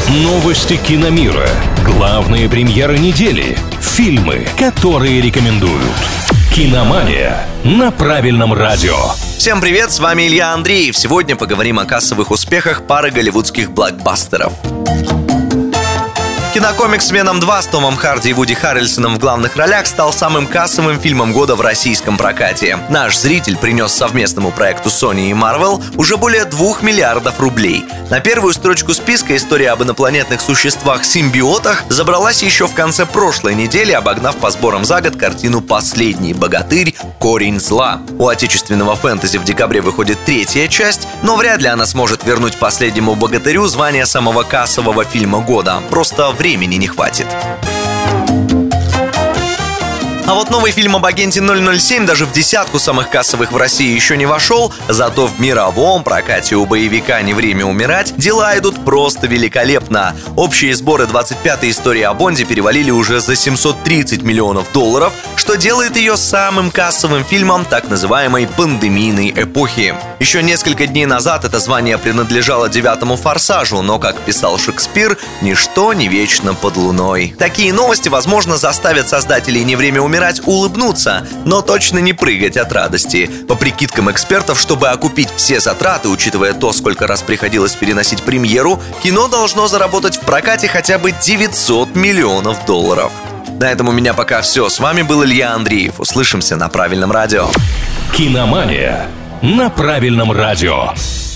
Новости киномира. Главные премьеры недели. Фильмы, которые рекомендуют. Киномания на правильном радио. Всем привет, с вами Илья Андреев. Сегодня поговорим о кассовых успехах пары голливудских блокбастеров. Кинокомикс «Веном 2» с Томом Харди и Вуди Харрельсоном в главных ролях стал самым кассовым фильмом года в российском прокате. Наш зритель принес совместному проекту Sony и Marvel уже более 2 миллиардов рублей. На первую строчку списка история об инопланетных существах-симбиотах забралась еще в конце прошлой недели, обогнав по сборам за год картину «Последний богатырь. Корень зла». У отечественного фэнтези в декабре выходит 3-я часть, но вряд ли она сможет вернуть «Последнему богатырю» звание самого кассового фильма года. Просто времени не хватит. А вот новый фильм об агенте 007 даже в десятку самых кассовых в России еще не вошел, зато в мировом прокате у боевика «Не время умирать» дела идут просто великолепно. Общие сборы 25-й истории о Бонде перевалили уже за $730 миллионов, что делает ее самым кассовым фильмом так называемой пандемийной эпохи. Еще несколько дней назад это звание принадлежало 9-му «Форсажу», но, как писал Шекспир, ничто не вечно под луной. Такие новости, возможно, заставят создателей «Не время умирать» улыбнуться, но точно не прыгать от радости. По прикидкам экспертов, чтобы окупить все затраты, учитывая то, сколько раз приходилось переносить премьеру, кино должно заработать в прокате хотя бы $900 миллионов. На этом у меня пока все. С вами был Илья Андреев. Услышимся на правильном радио. Киномания на правильном радио.